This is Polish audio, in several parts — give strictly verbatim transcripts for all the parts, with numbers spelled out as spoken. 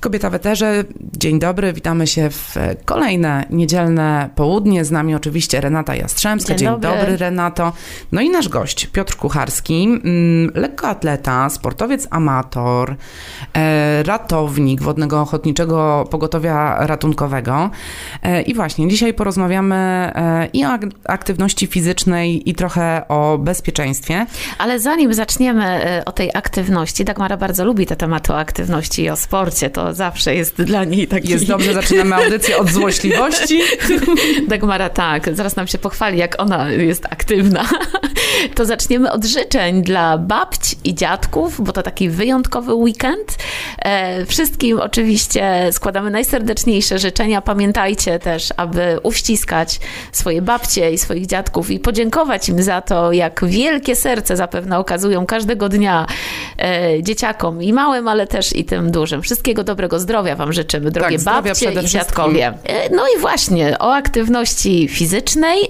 Kobieta w eterze, dzień dobry, witamy się w kolejne niedzielne południe. Z nami oczywiście Renata Jastrzębska. Dzień, dzień dobry. dobry, Renato. No i nasz gość, Piotr Kucharski, lekkoatleta, sportowiec amator, ratownik Wodnego Ochotniczego Pogotowia Ratunkowego. I właśnie dzisiaj porozmawiamy i o aktywności fizycznej, i trochę o bezpieczeństwie. Ale zanim zaczniemy o tej aktywności, Dagmara bardzo lubi te tematy o aktywności i o sporcie, to zawsze jest dla niej taki... Jest dobrze, zaczynamy audycję od złośliwości. Dagmara, tak, zaraz nam się pochwali, jak ona jest aktywna. To zaczniemy od życzeń dla babć i dziadków, bo to taki wyjątkowy weekend. E, wszystkim oczywiście składamy najserdeczniejsze życzenia. Pamiętajcie też, aby uściskać swoje babcie i swoich dziadków i podziękować im za to, jak wielkie serce zapewne okazują każdego dnia e, dzieciakom i małym, ale też i tym dużym. Wszystkiego dobrego zdrowia wam życzymy, drogie tak, babcie i dziadkowie. No i właśnie o aktywności fizycznej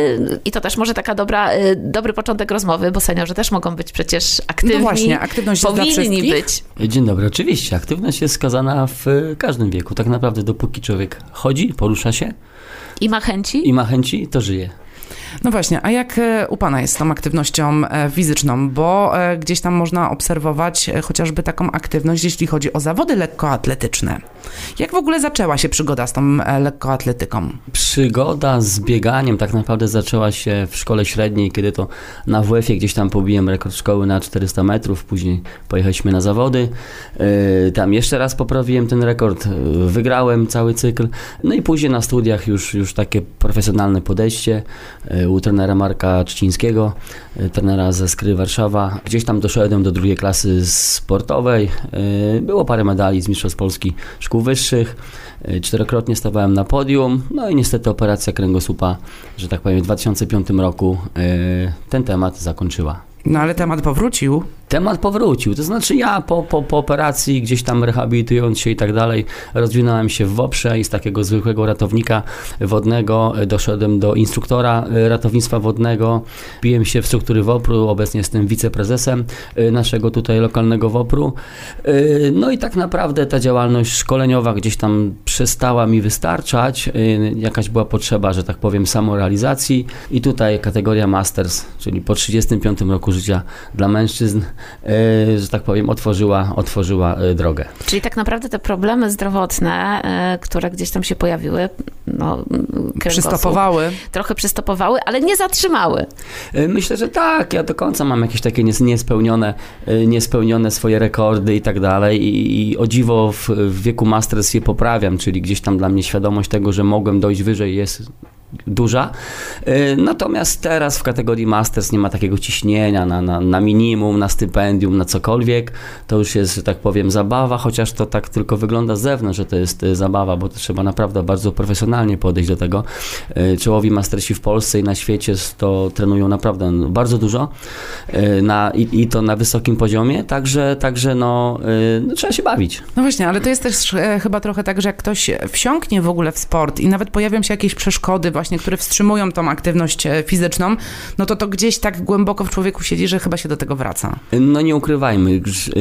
i to też może taka dobra, dobry początek rozmowy, bo seniorzy też mogą być przecież aktywni. No właśnie, aktywność jest powinni być. Dzień dobry, oczywiście. Aktywność jest skazana w każdym wieku. Tak naprawdę dopóki człowiek chodzi, porusza się i ma chęci, i ma chęci, to żyje. No właśnie, a jak u pana jest z tą aktywnością fizyczną? Bo gdzieś tam można obserwować chociażby taką aktywność, jeśli chodzi o zawody lekkoatletyczne. Jak w ogóle zaczęła się przygoda z tą lekkoatletyką? Przygoda z bieganiem tak naprawdę zaczęła się w szkole średniej, kiedy to na W F-ie gdzieś tam pobiłem rekord szkoły na czterysta metrów, później pojechaliśmy na zawody. Tam jeszcze raz poprawiłem ten rekord, wygrałem cały cykl. No i później na studiach już, już takie profesjonalne podejście u trenera Marka Trzcińskiego, trenera ze Skry Warszawa. Gdzieś tam doszedłem do drugiej klasy sportowej. Było parę medali z Mistrzostw Polski Szkół Wyższych. Czterokrotnie stawałem na podium. No i niestety operacja kręgosłupa, że tak powiem, w dwa tysiące piątym roku ten temat zakończyła. No ale temat powrócił. Temat powrócił, to znaczy ja po, po, po operacji, gdzieś tam rehabilitując się i tak dalej, rozwinąłem się w WOPR-ze i z takiego zwykłego ratownika wodnego doszedłem do instruktora ratownictwa wodnego. Biłem się w struktury WOPR-u, obecnie jestem wiceprezesem naszego tutaj lokalnego WOPR-u. No i tak naprawdę ta działalność szkoleniowa gdzieś tam przestała mi wystarczać. Jakaś była potrzeba, że tak powiem, samorealizacji i tutaj kategoria Masters, czyli po trzydziestym piątym roku życia dla mężczyzn, że tak powiem, otworzyła, otworzyła drogę. Czyli tak naprawdę te problemy zdrowotne, które gdzieś tam się pojawiły, no, przystopowały. Trochę przystopowały, ale nie zatrzymały. Myślę, że tak. Ja do końca mam jakieś takie niespełnione, niespełnione swoje rekordy i tak dalej i, i o dziwo w, w wieku Masters je poprawiam, czyli gdzieś tam dla mnie świadomość tego, że mogłem dojść wyżej jest duża. Natomiast teraz w kategorii Masters nie ma takiego ciśnienia na, na, na minimum, na stypendium, na cokolwiek. To już jest, że tak powiem, zabawa, chociaż to tak tylko wygląda z zewnątrz, że to jest zabawa, bo to trzeba naprawdę bardzo profesjonalnie podejść do tego. Czołowi mastersi w Polsce i na świecie to trenują naprawdę bardzo dużo na, i, i to na wysokim poziomie, także, także no, no trzeba się bawić. No właśnie, ale to jest też e, chyba trochę tak, że jak ktoś wsiąknie w ogóle w sport i nawet pojawią się jakieś przeszkody właśnie, które wstrzymują tą aktywność fizyczną, no to to gdzieś tak głęboko w człowieku siedzi, że chyba się do tego wraca. No nie ukrywajmy,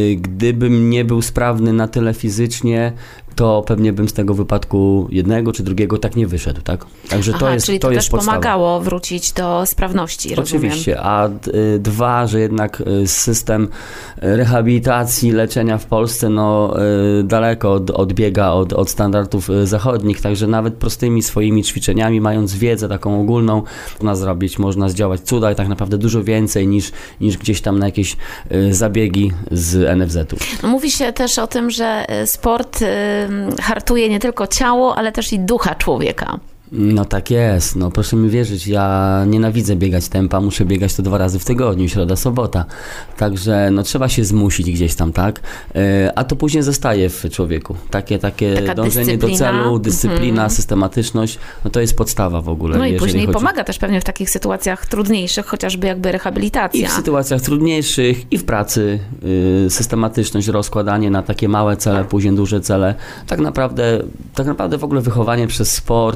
gdybym nie był sprawny na tyle fizycznie, to pewnie bym z tego wypadku jednego czy drugiego tak nie wyszedł, tak? Także Aha, to jest czyli to, to też jest podstawa. Pomagało wrócić do sprawności, Oczywiście, rozumiem. a y, dwa, że jednak y, system rehabilitacji, leczenia w Polsce no y, daleko od, odbiega od, od standardów y, zachodnich, także nawet prostymi swoimi ćwiczeniami, mając wiedzę taką ogólną, można zrobić, można zdziałać cuda i tak naprawdę dużo więcej niż, niż gdzieś tam na jakieś y, zabiegi z N F Z-u. No, mówi się też o tym, że sport y, hartuje nie tylko ciało, ale też i ducha człowieka. No tak jest, no proszę mi wierzyć, ja nienawidzę biegać tempa, muszę biegać to dwa razy w tygodniu, środa, sobota, także no trzeba się zmusić gdzieś tam, tak, a to później zostaje w człowieku, takie, takie Taka dążenie do celu, dyscyplina, mm. systematyczność, no to jest podstawa w ogóle. No i później chodzi... pomaga też pewnie w takich sytuacjach trudniejszych, chociażby jakby rehabilitacja. I w sytuacjach trudniejszych, i w pracy, yy, systematyczność, rozkładanie na takie małe cele, później duże cele, tak naprawdę, tak naprawdę w ogóle wychowanie przez sport,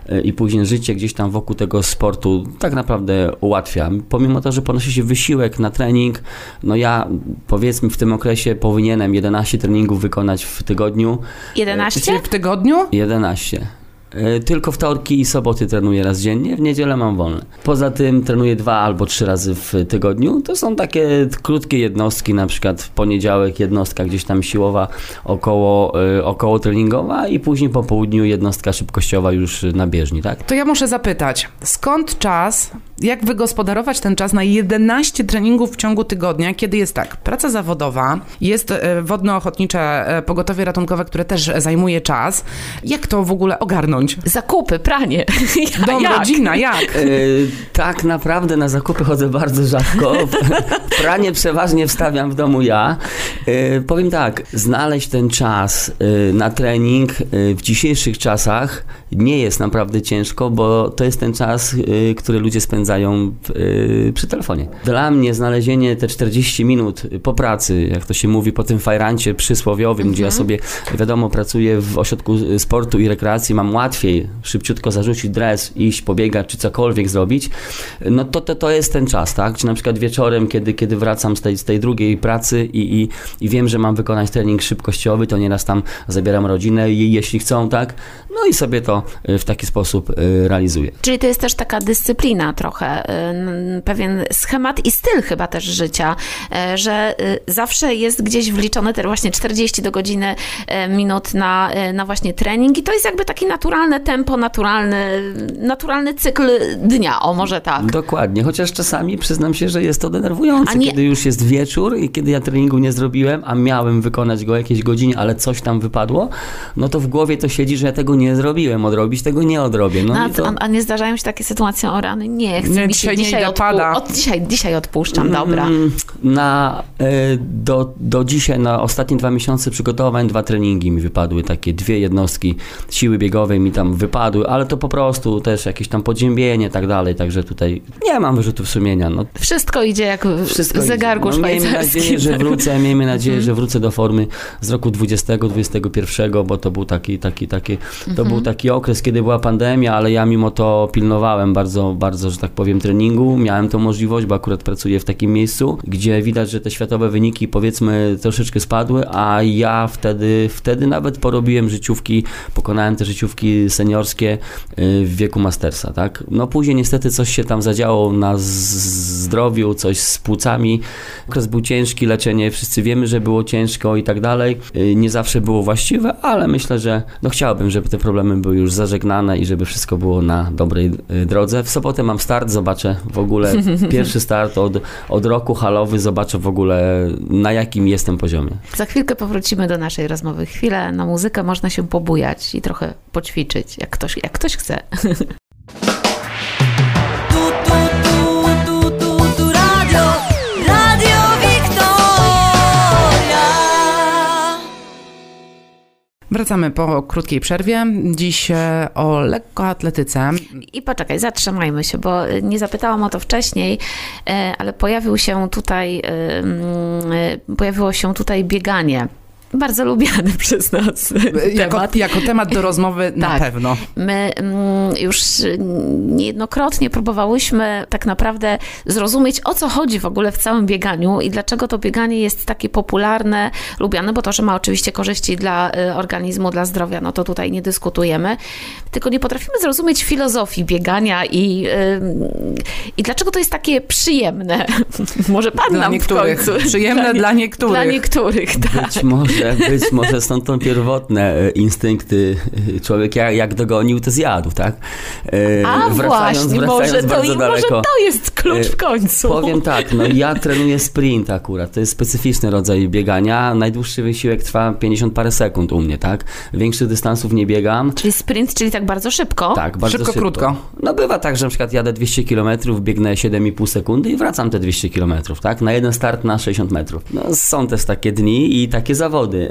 i później życie gdzieś tam wokół tego sportu tak naprawdę ułatwia. Pomimo to, że ponosi się wysiłek na trening, no ja powiedzmy w tym okresie powinienem jedenaście treningów wykonać w tygodniu. jedenaście? Czyli w tygodniu? jedenaście. Tylko wtorki i soboty trenuję raz dziennie, w niedzielę mam wolne. Poza tym trenuję dwa albo trzy razy w tygodniu. To są takie krótkie jednostki, na przykład w poniedziałek jednostka gdzieś tam siłowa, około, około treningowa i później po południu jednostka szybkościowa już na bieżni, tak? To ja muszę zapytać, skąd czas, jak wygospodarować ten czas na jedenaście treningów w ciągu tygodnia, kiedy jest tak, praca zawodowa, jest wodno-ochotnicze pogotowie ratunkowe, które też zajmuje czas. Jak to w ogóle ogarnąć? Zakupy, pranie. Ja, Dom, jak? rodzina, jak? Yy, tak naprawdę na zakupy chodzę bardzo rzadko. Pranie przeważnie wstawiam w domu ja. Yy, powiem tak, znaleźć ten czas yy, na trening yy, w dzisiejszych czasach nie jest naprawdę ciężko, bo to jest ten czas, yy, który ludzie spędzają yy, przy telefonie. Dla mnie znalezienie te czterdzieści minut po pracy, jak to się mówi, po tym fajrancie przysłowiowym, mm-hmm. gdzie ja sobie, wiadomo, pracuję w ośrodku sportu i rekreacji, mam łatwiej szybciutko zarzucić dres, iść, pobiegać, czy cokolwiek zrobić, no to, to, to jest ten czas, tak? Czy na przykład wieczorem, kiedy, kiedy wracam z tej, z tej drugiej pracy i, i, i wiem, że mam wykonać trening szybkościowy, to nieraz tam zabieram rodzinę, i, jeśli chcą, tak? No i sobie to w taki sposób realizuję. Czyli to jest też taka dyscyplina trochę, pewien schemat i styl chyba też życia, że zawsze jest gdzieś wliczone te właśnie czterdzieści do godziny minut na, na właśnie trening i to jest jakby taki naturalne tempo, naturalny, naturalny cykl dnia, o może tak. Dokładnie, chociaż czasami przyznam się, że jest to denerwujące, nie... kiedy już jest wieczór i kiedy ja treningu nie zrobiłem, a miałem wykonać go jakieś godzinie, ale coś tam wypadło, no to w głowie to siedzi, że ja tego nie zrobiłem, odrobić tego nie odrobię. No, no i to... a, a nie zdarzają się takie sytuacje, o rany, nie, chcę nie, mi się dzisiaj, dzisiaj, nie odpu- od, dzisiaj, dzisiaj odpuszczam, dobra. Na, do, do dzisiaj, na ostatnie dwa miesiące przygotowań, dwa treningi mi wypadły, takie dwie jednostki siły biegowej mi tam wypadły, ale to po prostu też jakieś tam podziębienie i tak dalej, także tutaj nie mam wyrzutów sumienia. No. Wszystko idzie jak Wszystko w zegarku idzie. No, szwajcarskim. miejmy nadzieję, że wrócę, miejmy nadzieję, że wrócę do formy z roku dwudziestego, dwudziestego pierwszego, bo to był taki, taki, taki, to mhm. był taki okres, kiedy była pandemia, ale ja mimo to pilnowałem bardzo, bardzo, że tak powiem, treningu. Miałem tą możliwość, bo akurat pracuję w takim miejscu, gdzie widać, że te światowe wyniki, powiedzmy, troszeczkę spadły, a ja wtedy, wtedy nawet porobiłem życiówki, pokonałem te życiówki seniorskie w wieku mastersa, tak? No później niestety coś się tam zadziało na zdrowiu, coś z płucami. Okres był ciężki, leczenie, wszyscy wiemy, że było ciężko i tak dalej. Nie zawsze było właściwe, ale myślę, że no chciałbym, żeby te problemy były już zażegnane i żeby wszystko było na dobrej drodze. W sobotę mam start, zobaczę w ogóle pierwszy start od, od roku halowy, zobaczę w ogóle na jakim jestem poziomie. Za chwilkę powrócimy do naszej rozmowy. Chwilę na muzykę można się pobujać i trochę poćwiczyć, jak ktoś, jak ktoś chce. Wracamy po krótkiej przerwie. Dziś o lekkoatletyce. I poczekaj, zatrzymajmy się, bo nie zapytałam o to wcześniej, ale pojawił się tutaj, pojawiło się tutaj bieganie. Bardzo lubiany przez nas jako, temat. Jako temat do rozmowy na tak. pewno. My już niejednokrotnie próbowałyśmy tak naprawdę zrozumieć, o co chodzi w ogóle w całym bieganiu i dlaczego to bieganie jest takie popularne, lubiane, bo to, że ma oczywiście korzyści dla organizmu, dla zdrowia, no to tutaj nie dyskutujemy. Tylko nie potrafimy zrozumieć filozofii biegania i, i dlaczego to jest takie przyjemne. Może pan dla nam niektórych. w końcu. Przyjemne dla, dla niektórych. Dla niektórych, tak. Być może. Być może są to pierwotne instynkty. Człowiek jak, jak dogonił, to zjadł, tak? A wracając, właśnie, wracając może, bardzo to, daleko. może to jest klucz w końcu. Powiem tak, no ja trenuję sprint akurat. To jest specyficzny rodzaj biegania. Najdłuższy wysiłek trwa pięćdziesiąt parę sekund u mnie, tak? Większych dystansów nie biegam. Czyli sprint, czyli tak bardzo szybko? Tak, bardzo szybko. szybko, krótko. No bywa tak, że na przykład jadę dwieście kilometrów, biegnę siedem i pół sekundy i wracam te dwieście kilometrów, tak? Na jeden start na sześćdziesiąt metrów. No są też takie dni i takie zawody. pogody.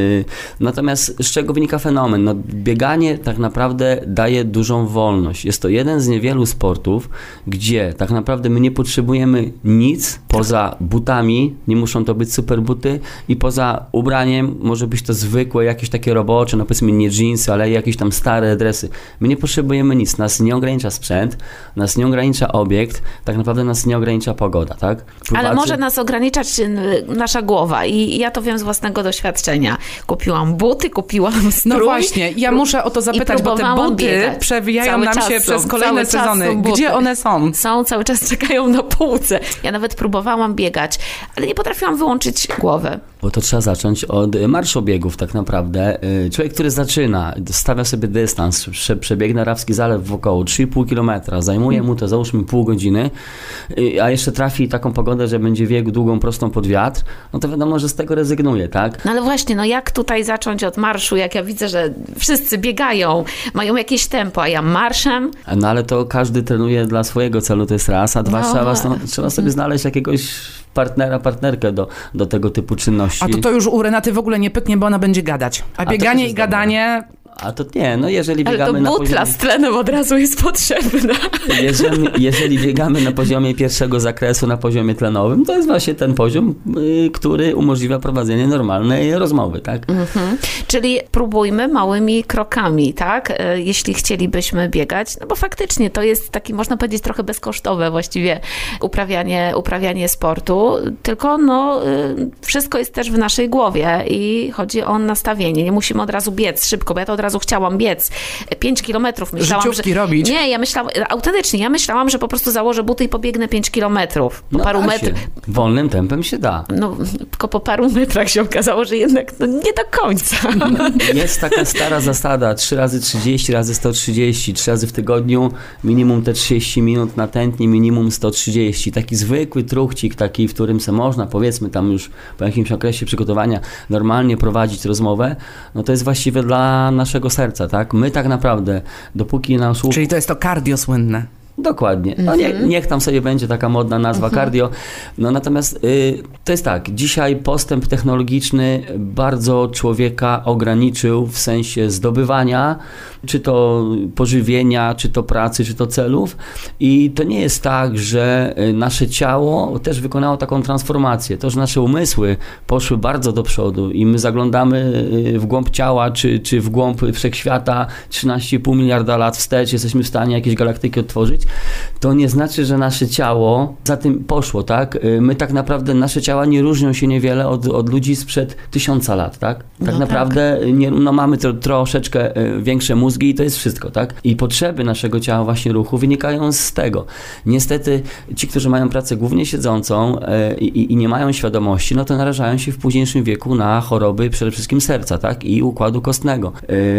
Natomiast z czego wynika fenomen? No, bieganie tak naprawdę daje dużą wolność. Jest to jeden z niewielu sportów, gdzie tak naprawdę my nie potrzebujemy nic poza butami, nie muszą to być super buty, i poza ubraniem może być to zwykłe, jakieś takie robocze, no powiedzmy nie dżinsy, ale jakieś tam stare dresy. My nie potrzebujemy nic. Nas nie ogranicza sprzęt, nas nie ogranicza obiekt, tak naprawdę nas nie ogranicza pogoda, tak? Pływacy... Ale może nas ograniczać nasza głowa i ja to wiem z własnego doświadczenia. Kupiłam buty, kupiłam strój. No właśnie, ja muszę o to zapytać, bo te buty biegać. przewijają cały nam się są, przez kolejne sezony. Gdzie one są? Są, cały czas czekają na półce. Ja nawet próbowałam biegać, ale nie potrafiłam wyłączyć głowy. Bo to trzeba zacząć od marszobiegów tak naprawdę. Człowiek, który zaczyna, stawia sobie dystans, przebiegnie Rawski Zalew w około trzy i pół kilometra, zajmuje mu to załóżmy pół godziny, a jeszcze trafi taką pogodę, że będzie biegł długą, prostą pod wiatr, no to wiadomo, że z tego rezygnuje, tak? No ale właśnie, no jak tutaj zacząć od marszu, jak ja widzę, że wszyscy biegają, mają jakieś tempo, a ja marszem? No ale to każdy trenuje dla swojego celu, to jest raz, a dwa, no. trzeba, no, trzeba sobie znaleźć jakiegoś partnera, partnerkę do, do tego typu czynności. A to to już u Renaty w ogóle nie pyknie, bo ona będzie gadać. A, a bieganie i gadanie... A to nie, no jeżeli biegamy Ale to na butla poziomie... z tlenem od razu jest potrzebna. Jeżeli, jeżeli biegamy na poziomie pierwszego zakresu, na poziomie tlenowym, to jest właśnie ten poziom, y, który umożliwia prowadzenie normalnej rozmowy, tak? Mhm. Czyli próbujmy małymi krokami, tak? Jeśli chcielibyśmy biegać, no bo faktycznie to jest taki, można powiedzieć, trochę bezkosztowe właściwie uprawianie, uprawianie sportu, tylko no y, wszystko jest też w naszej głowie i chodzi o nastawienie. Nie musimy od razu biec szybko, bo ja to od razu chciałam biec pięć kilometrów. Myślałam, Życiówki że... robić. Nie, ja myślałam, autentycznie, ja myślałam, że po prostu założę buty i pobiegnę pięć kilometrów. Po no paru da metrach. Się. Wolnym tempem się da. No, tylko po paru metrach się okazało, że jednak no, nie do końca. Jest taka stara zasada, trzy razy trzydzieści razy sto trzydzieści, trzy razy w tygodniu, minimum te trzydzieści minut na tętnie, minimum sto trzydzieści. Taki zwykły truchcik, taki, w którym se można, powiedzmy tam już po jakimś okresie przygotowania normalnie prowadzić rozmowę, no to jest właściwie dla naszego serca, tak? My tak naprawdę, dopóki nam słuch... Czyli to jest to cardio słynne. Dokładnie. No nie, niech tam sobie będzie taka modna nazwa cardio. No natomiast y, to jest tak, dzisiaj postęp technologiczny bardzo człowieka ograniczył w sensie zdobywania, czy to pożywienia, czy to pracy, czy to celów. I to nie jest tak, że nasze ciało też wykonało taką transformację. To, że nasze umysły poszły bardzo do przodu i my zaglądamy w głąb ciała, czy, czy w głąb wszechświata trzynaście i pół miliarda lat wstecz, jesteśmy w stanie jakieś galaktyki odtworzyć, to nie znaczy, że nasze ciało za tym poszło, tak? My tak naprawdę, nasze ciała nie różnią się niewiele od, od ludzi sprzed tysiąca lat, tak? Tak no naprawdę tak. Nie, no mamy to, troszeczkę większe mózgi i to jest wszystko, tak? I potrzeby naszego ciała właśnie ruchu wynikają z tego. Niestety ci, którzy mają pracę głównie siedzącą i, i, i nie mają świadomości, no to narażają się w późniejszym wieku na choroby przede wszystkim serca, tak? I układu kostnego.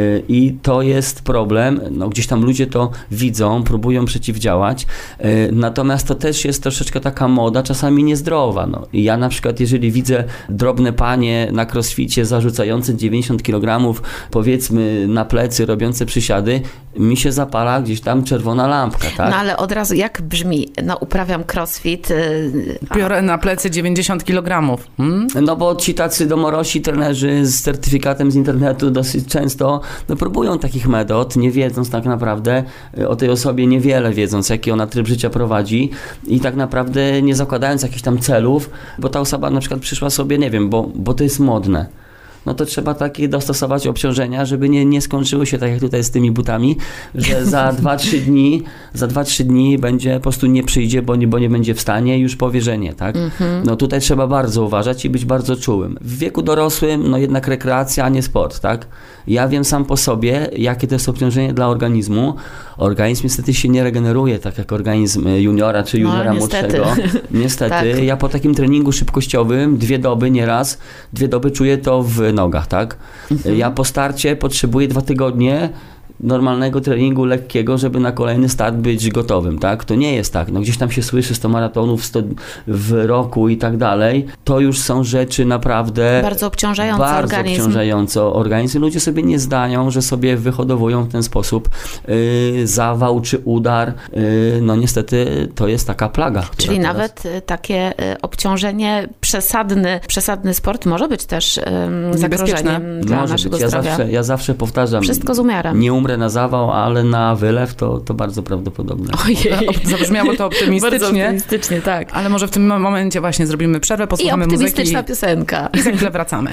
I to jest problem, no gdzieś tam ludzie to widzą, próbują przeciwdziałać, natomiast to też jest troszeczkę taka moda, czasami niezdrowa. No. I ja na przykład, jeżeli widzę drobne panie na crossficie zarzucające dziewięćdziesiąt kilogramów, powiedzmy na plecy, robiące przysiady, mi się zapala gdzieś tam czerwona lampka, tak? No ale od razu jak brzmi? No uprawiam crossfit. A... Biorę na plecy dziewięćdziesiąt kilogramów. Hmm? No bo ci tacy domorośli trenerzy z certyfikatem z internetu dosyć często no, próbują takich metod, nie wiedząc tak naprawdę o tej osobie niewiele wiedząc, jaki ona tryb życia prowadzi i tak naprawdę nie zakładając jakichś tam celów, bo ta osoba na przykład przyszła sobie, nie wiem, bo, bo to jest modne. No to trzeba takie dostosować obciążenia, żeby nie, nie skończyło się tak jak tutaj z tymi butami, że za dwa trzy dni, za dwa trzy dni będzie, po prostu nie przyjdzie, bo nie, bo nie będzie w stanie i już powie, że nie, tak? Mm-hmm. No tutaj trzeba bardzo uważać i być bardzo czułym. W wieku dorosłym, no jednak rekreacja, a nie sport, tak? Ja wiem sam po sobie, jakie to jest obciążenie dla organizmu. Organizm niestety się nie regeneruje, tak jak organizm juniora czy juniora no, niestety. młodszego. Niestety. Tak. Ja po takim treningu szybkościowym, dwie doby nieraz, dwie doby czuję to w nogach, tak? Mhm. Ja po starcie potrzebuję dwa tygodnie, normalnego treningu lekkiego, żeby na kolejny start być gotowym, tak? To nie jest tak. No gdzieś tam się słyszy sto maratonów sto w roku i tak dalej. To już są rzeczy naprawdę bardzo obciążające bardzo organizm. obciążająco organizm. Ludzie sobie nie zdają, że sobie wyhodowują w ten sposób yy, zawał czy udar. Yy, no niestety to jest taka plaga. Czyli teraz... nawet takie obciążenie, przesadny, przesadny sport może być też yy, zagrożeniem dla może naszego być. Ja zdrowia. zawsze, ja zawsze powtarzam. Wszystko z umiarem. Nie umrę na zawał, ale na wylew to, to bardzo prawdopodobne. Ojej. Zabrzmiało to optymistycznie. Bardzo optymistycznie, tak. Ale może w tym momencie właśnie zrobimy przerwę, posłuchamy muzyki. I optymistyczna muzyki. piosenka. I za chwilę wracamy.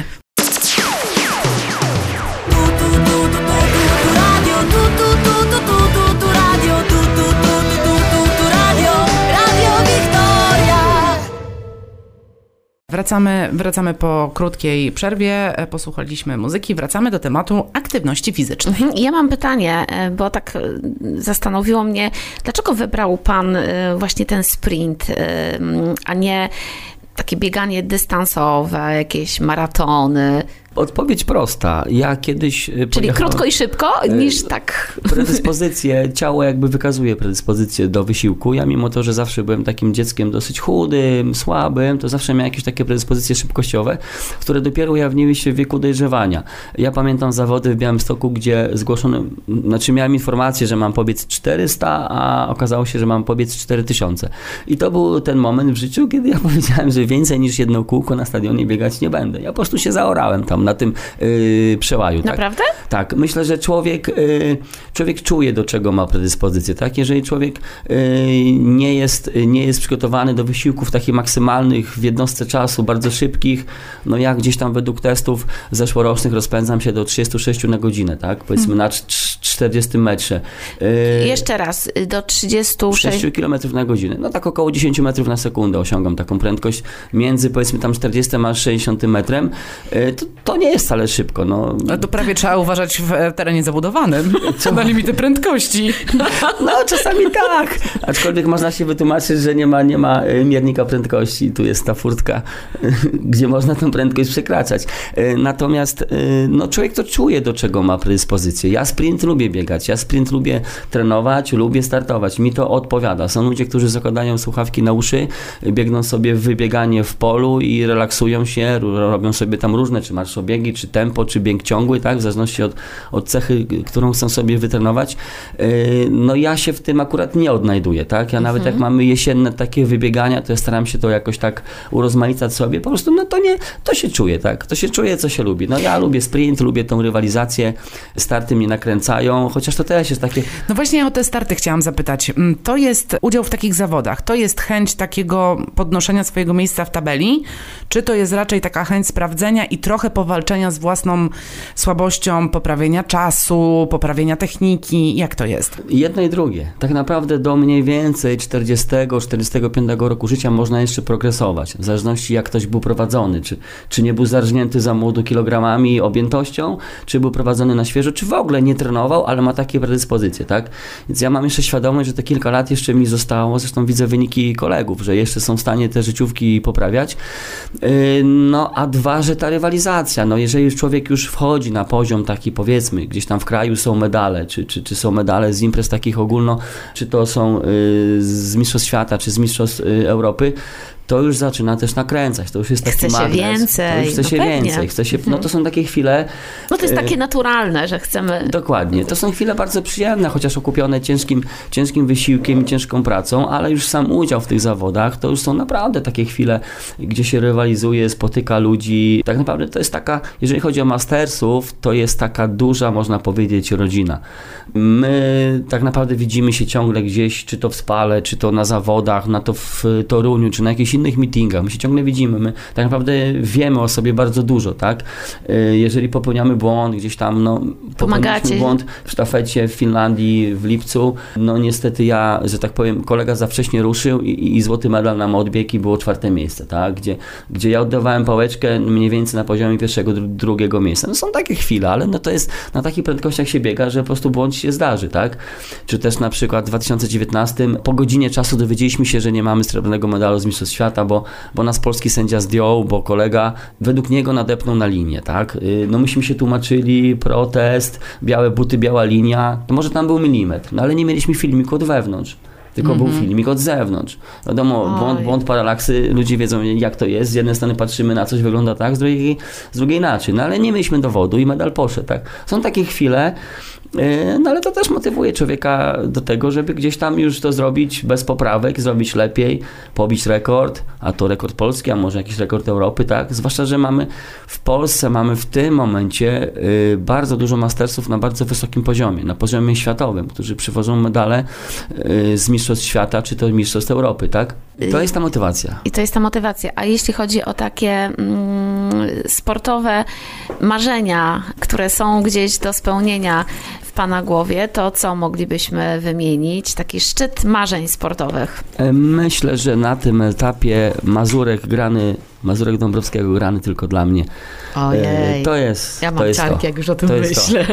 Wracamy, wracamy po krótkiej przerwie, posłuchaliśmy muzyki, wracamy do tematu aktywności fizycznej. Mhm. Ja mam pytanie, bo tak zastanowiło mnie, dlaczego wybrał Pan właśnie ten sprint, a nie takie bieganie dystansowe, jakieś maratony? Odpowiedź prosta. Ja kiedyś... Czyli pojechałem... krótko i szybko, niż tak... Predyspozycje, ciało jakby wykazuje predyspozycję do wysiłku. Ja mimo to, że zawsze byłem takim dzieckiem dosyć chudym, słabym, to zawsze miałem jakieś takie predyspozycje szybkościowe, które dopiero ujawniły się w wieku dojrzewania. Ja pamiętam zawody w Białymstoku, gdzie zgłoszono, znaczy miałem informację, że mam pobiec czterysta, a okazało się, że mam pobiec cztery tysiące. I to był ten moment w życiu, kiedy ja powiedziałem, że więcej niż jedno kółko na stadionie biegać nie będę. Ja po prostu się zaorałem tam na tym yy, przełaju. Naprawdę? Tak? Tak. Myślę, że człowiek, yy, człowiek czuje, do czego ma predyspozycję. Tak? Jeżeli człowiek yy, nie, jest, nie jest przygotowany do wysiłków takich maksymalnych w jednostce czasu, bardzo szybkich, no jak gdzieś tam według testów zeszłorocznych rozpędzam się do trzydziestu sześciu na godzinę, tak? Powiedzmy hmm. na czterdziestym metrze. Yy, Jeszcze raz, do trzydziestu sześciu kilometrów na godzinę. No tak około dziesięć metrów na sekundę osiągam taką prędkość między powiedzmy tam czterdziestym a sześćdziesiątym metrem. Yy, to, to nie jest wcale szybko. No. Ale to prawie trzeba uważać w terenie zabudowanym. Co na limity prędkości. No czasami tak. Aczkolwiek można się wytłumaczyć, że nie ma, nie ma miernika prędkości. Tu jest ta furtka, gdzie można tę prędkość przekraczać. Natomiast no, człowiek to czuje, do czego ma predyspozycję. Ja sprint lubię biegać, ja sprint lubię trenować, lubię startować. Mi to odpowiada. Są ludzie, którzy zakładają słuchawki na uszy, biegną sobie w wybieganie w polu i relaksują się, robią sobie tam różne, czy marszobiegi, czy tempo, czy bieg ciągły, tak, w zależności od, od cechy, którą chcą sobie wytrenować. No ja się w tym akurat nie odnajduję, tak. Ja nawet mhm. jak mamy jesienne takie wybiegania, to ja staram się to jakoś tak urozmaicać sobie. Po prostu, no to nie, to się czuje, tak. To się czuje, co się lubi. No ja lubię sprint, lubię tą rywalizację, starty mnie nakręcają, chociaż to też jest takie... No właśnie ja o te starty chciałam zapytać. To jest udział w takich zawodach, to jest chęć takiego podnoszenia swojego miejsca w tabeli, czy to jest raczej taka chęć sprawdzenia i trochę powalczenia z własną słabością, poprawienia czasu, poprawienia techniki? Jak to jest? Jedno i drugie. Tak naprawdę do mniej więcej czterdziestego, czterdziestego piątego roku życia można jeszcze progresować. W zależności jak ktoś był prowadzony. Czy, czy nie był zarżnięty za młodu kilogramami, objętością, czy był prowadzony na świeżo, czy w ogóle nie trenował, ale ma takie predyspozycje, tak? Więc ja mam jeszcze świadomość, że te kilka lat jeszcze mi zostało. Zresztą widzę wyniki kolegów, że jeszcze są w stanie te życiówki poprawiać. No, a dwa, że ta rywalizacja. No, jeżeli już człowiek już wchodzi na poziom taki, powiedzmy, gdzieś tam w kraju są medale, czy, czy, czy są medale z imprez takich ogólno, czy to są y, z Mistrzostw Świata, czy z Mistrzostw y, Europy, to już zaczyna też nakręcać, to już jest taki chce magnes. Się więcej. To już chce no się pewnie. więcej, chce się, no to są takie chwile... No to jest takie naturalne, że chcemy... Dokładnie, to są chwile bardzo przyjemne, chociaż okupione ciężkim, ciężkim wysiłkiem i ciężką pracą, ale już sam udział w tych zawodach, to już są naprawdę takie chwile, gdzie się rywalizuje, spotyka ludzi. Tak naprawdę to jest taka, jeżeli chodzi o mastersów, to jest taka duża, można powiedzieć, rodzina. My tak naprawdę widzimy się ciągle gdzieś, czy to w Spale, czy to na zawodach, na to w Toruniu, czy na jakichś innych meetingach. My się ciągle widzimy. My tak naprawdę wiemy o sobie bardzo dużo, tak? Jeżeli popełniamy błąd gdzieś tam, no popełniliśmy błąd w sztafecie w Finlandii w lipcu, no niestety ja, że tak powiem, kolega za wcześnie ruszył i, i złoty medal nam odbiegł i było czwarte miejsce, tak? Gdzie, gdzie ja oddawałem pałeczkę mniej więcej na poziomie pierwszego, dru- drugiego miejsca. No są takie chwile, ale no to jest, na takich prędkościach się biega, że po prostu błąd się zdarzy, tak? Czy też na przykład w dwa tysiące dziewiętnastym po godzinie czasu dowiedzieliśmy się, że nie mamy srebrnego medalu z Mistrzostw Świata, bo, bo nas polski sędzia zdjął, bo kolega według niego nadepnął na linię, tak? No myśmy się tłumaczyli, protest, jest, białe buty, biała linia, to może tam był milimetr, no ale nie mieliśmy filmiku od wewnątrz. Tylko mm-hmm. był filmik od zewnątrz. Wiadomo, błąd, błąd, paralaksy, ludzie wiedzą jak to jest. Z jednej strony patrzymy na coś, wygląda tak, z drugiej, z drugiej inaczej. No ale nie mieliśmy dowodu i medal poszedł. Tak? Są takie chwile, yy, no ale to też motywuje człowieka do tego, żeby gdzieś tam już to zrobić bez poprawek, zrobić lepiej, pobić rekord, a to rekord polski, a może jakiś rekord Europy, tak? Zwłaszcza, że mamy w Polsce, mamy w tym momencie yy, bardzo dużo mastersów na bardzo wysokim poziomie, na poziomie światowym, którzy przywożą medale yy, z mistrzostw świata, czy to mistrzostw Europy, tak? To jest ta motywacja. I to jest ta motywacja. A jeśli chodzi o takie mm, sportowe marzenia, które są gdzieś do spełnienia w Pana głowie, to co moglibyśmy wymienić? Taki szczyt marzeń sportowych. Myślę, że na tym etapie Mazurek grany, Mazurek Dąbrowskiego grany tylko dla mnie. Ojej. To jest Ja mam to jest ciarki, to. jak już o tym to myślę.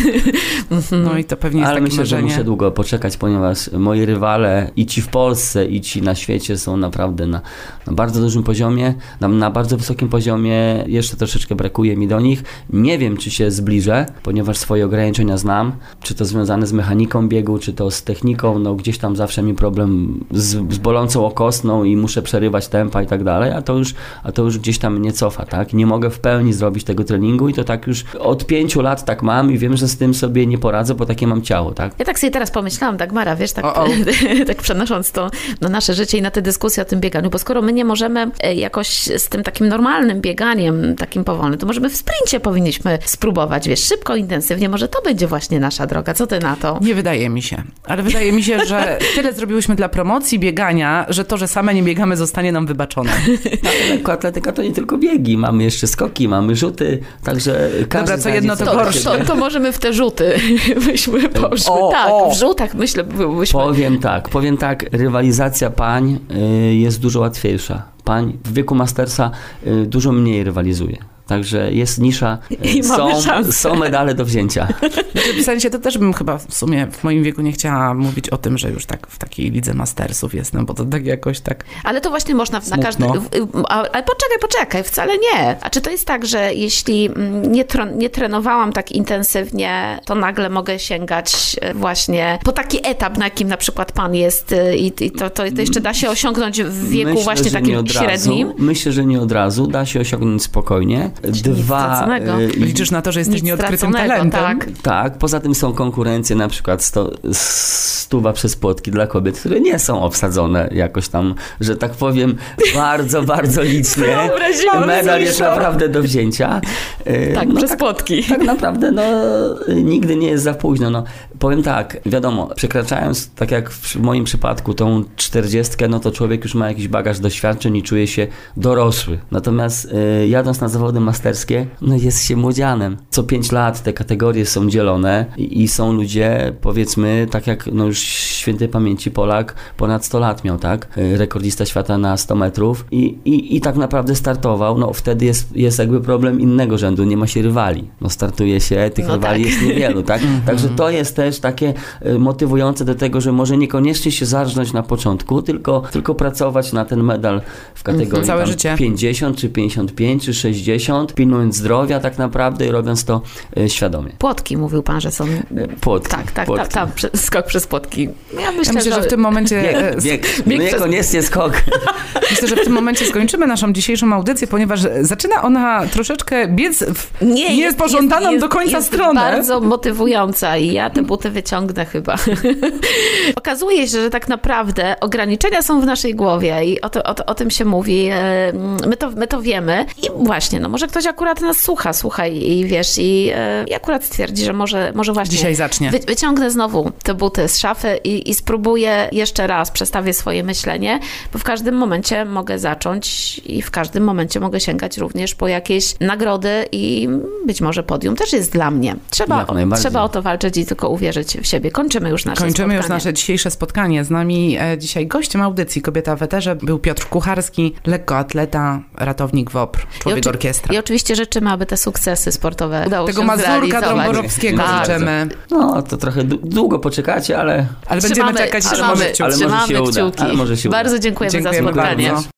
No i to pewnie jest Ale takie myślę, marzenie. że muszę długo poczekać, ponieważ moi rywale i ci w Polsce, i ci na świecie są naprawdę na, na bardzo dużym poziomie, na, na bardzo wysokim poziomie. Jeszcze troszeczkę brakuje mi do nich. Nie wiem, czy się zbliżę, ponieważ swoje ograniczenia znam. Czy to związane z mechaniką biegu, czy to z techniką. No gdzieś tam zawsze mi problem z, z bolącą okostną i muszę przerywać tempa i tak dalej, a to już, a to już gdzieś tam mnie cofa, tak? Nie mogę w pełni zrobić tego treningu i to tak już od pięciu lat tak mam i wiem, że z tym sobie nie poradzę, bo takie mam ciało, tak? Ja tak sobie teraz pomyślałam, Dagmara, wiesz, tak, O, o. tak przenosząc to na nasze życie i na tę dyskusję o tym bieganiu, bo skoro my nie możemy jakoś z tym takim normalnym bieganiem, takim powolnym, to możemy w sprincie powinniśmy spróbować, wiesz, szybko, intensywnie, może to będzie właśnie nasza droga. Co ty na to? Nie wydaje mi się, ale wydaje mi się, że tyle zrobiłyśmy dla promocji biegania, że to, że same nie biegamy, zostanie nam wybaczone. Ale lekkoatletyka to nie tylko biegi, mamy jeszcze skoki, mamy rzuty, także każdy Dobra, co znajdzie jedno to coś. gorsze. To, to możemy w te rzuty byśmy poszły. O, tak, o. w rzutach myślę byłyśmy. Powiem tak, powiem tak, rywalizacja pań y, jest dużo łatwiejsza. Pań w wieku mastersa y, dużo mniej rywalizuje. Także jest nisza, I mamy są, szansę. są medale do wzięcia. Znaczy, w sensie to też bym chyba w sumie w moim wieku nie chciała mówić o tym, że już tak w takiej lidze mastersów jestem, bo to tak jakoś tak... Ale to właśnie można na Smutno. każdy... Ale poczekaj, poczekaj, wcale nie. A czy to jest tak, że jeśli nie, tro, nie trenowałam tak intensywnie, to nagle mogę sięgać właśnie po taki etap, na jakim na przykład pan jest i, i to, to, to jeszcze da się osiągnąć w wieku Myślę, właśnie że nie takim od średnim? Razu. Myślę, że nie od razu. Da się osiągnąć spokojnie. Nic Dwa... straconego. y, Liczysz na to, że jesteś Nic nieodkrytym straconego, talentem. tak. Tak, poza tym są konkurencje, na przykład sto, stuwa przez płotki dla kobiet, które nie są obsadzone jakoś tam, że tak powiem, bardzo, bardzo licznie. Wyobraziłam Medal sobie jest szok. naprawdę do wzięcia. E, Tak, no przez tak, płotki. tak naprawdę, no, nigdy nie jest za późno. No, powiem tak, wiadomo, przekraczając, tak jak w moim przypadku, tą czterdziestkę, no to człowiek już ma jakiś bagaż doświadczeń i czuje się dorosły. Natomiast e, jadąc na zawody masterskie, no jest się młodzianem. Co pięć lat te kategorie są dzielone i, i są ludzie, powiedzmy, tak jak no już świętej pamięci Polak ponad sto lat miał, tak? Rekordista świata na sto metrów i, i, i tak naprawdę startował. No wtedy jest, jest jakby problem innego rzędu, nie ma się rywali. No startuje się, tych No rywali tak. jest niewielu, tak? Także to jest też takie y, motywujące do tego, że może niekoniecznie się zarżnąć na początku, tylko, tylko pracować na ten medal w kategorii Całe tam życie. pięćdziesiąt, czy pięćdziesiąt pięć, czy sześćdziesiąt, pilnując zdrowia tak naprawdę i robiąc to y, świadomie. Płotki mówił pan, że są... Płotki. Tak, tak, płotki. tak, tam, prze- skok przez płotki. Ja myślę, Ja myślę, że w tym momencie... Bieg, e, bieg, bieg no przez- niekoniecznie skok. Myślę, że w tym momencie skończymy naszą dzisiejszą audycję, ponieważ zaczyna ona troszeczkę biec w Nie, niespożądaną jest, do końca jest stronę. bardzo motywująca i ja te buty wyciągnę chyba. Okazuje się, że tak naprawdę ograniczenia są w naszej głowie i o, to, o, to, o tym się mówi. My to, my to wiemy i właśnie, no może ktoś akurat nas słucha, słuchaj i wiesz, i, i akurat stwierdzi, że może, może właśnie Dzisiaj zacznie. Wy, wyciągnę znowu te buty z szafy i, i spróbuję jeszcze raz, przestawię swoje myślenie, bo w każdym momencie mogę zacząć i w każdym momencie mogę sięgać również po jakieś nagrody i być może podium też jest dla mnie. Trzeba, Jak najbardziej. trzeba o to walczyć i tylko uwierzyć w siebie. Kończymy już nasze Kończymy spotkanie. już nasze dzisiejsze spotkanie. Z nami e, dzisiaj gościem audycji Kobieta w eterze był Piotr Kucharski, lekkoatleta, ratownik W O P R, człowiek I oczy- orkiestra. I oczywiście życzymy, aby te sukcesy sportowe udało Tego się Mazurka zrealizować. Dąbrowskiego Tak. życzymy. No, to trochę dłu- długo poczekacie, ale, Ale będziemy Trzymamy- czekać, że trzymamy- może kciuki. ale może się Trzymamy uda. kciuki. Ale może się uda. Bardzo dziękujemy Dziękujemy za spotkanie. bardzo.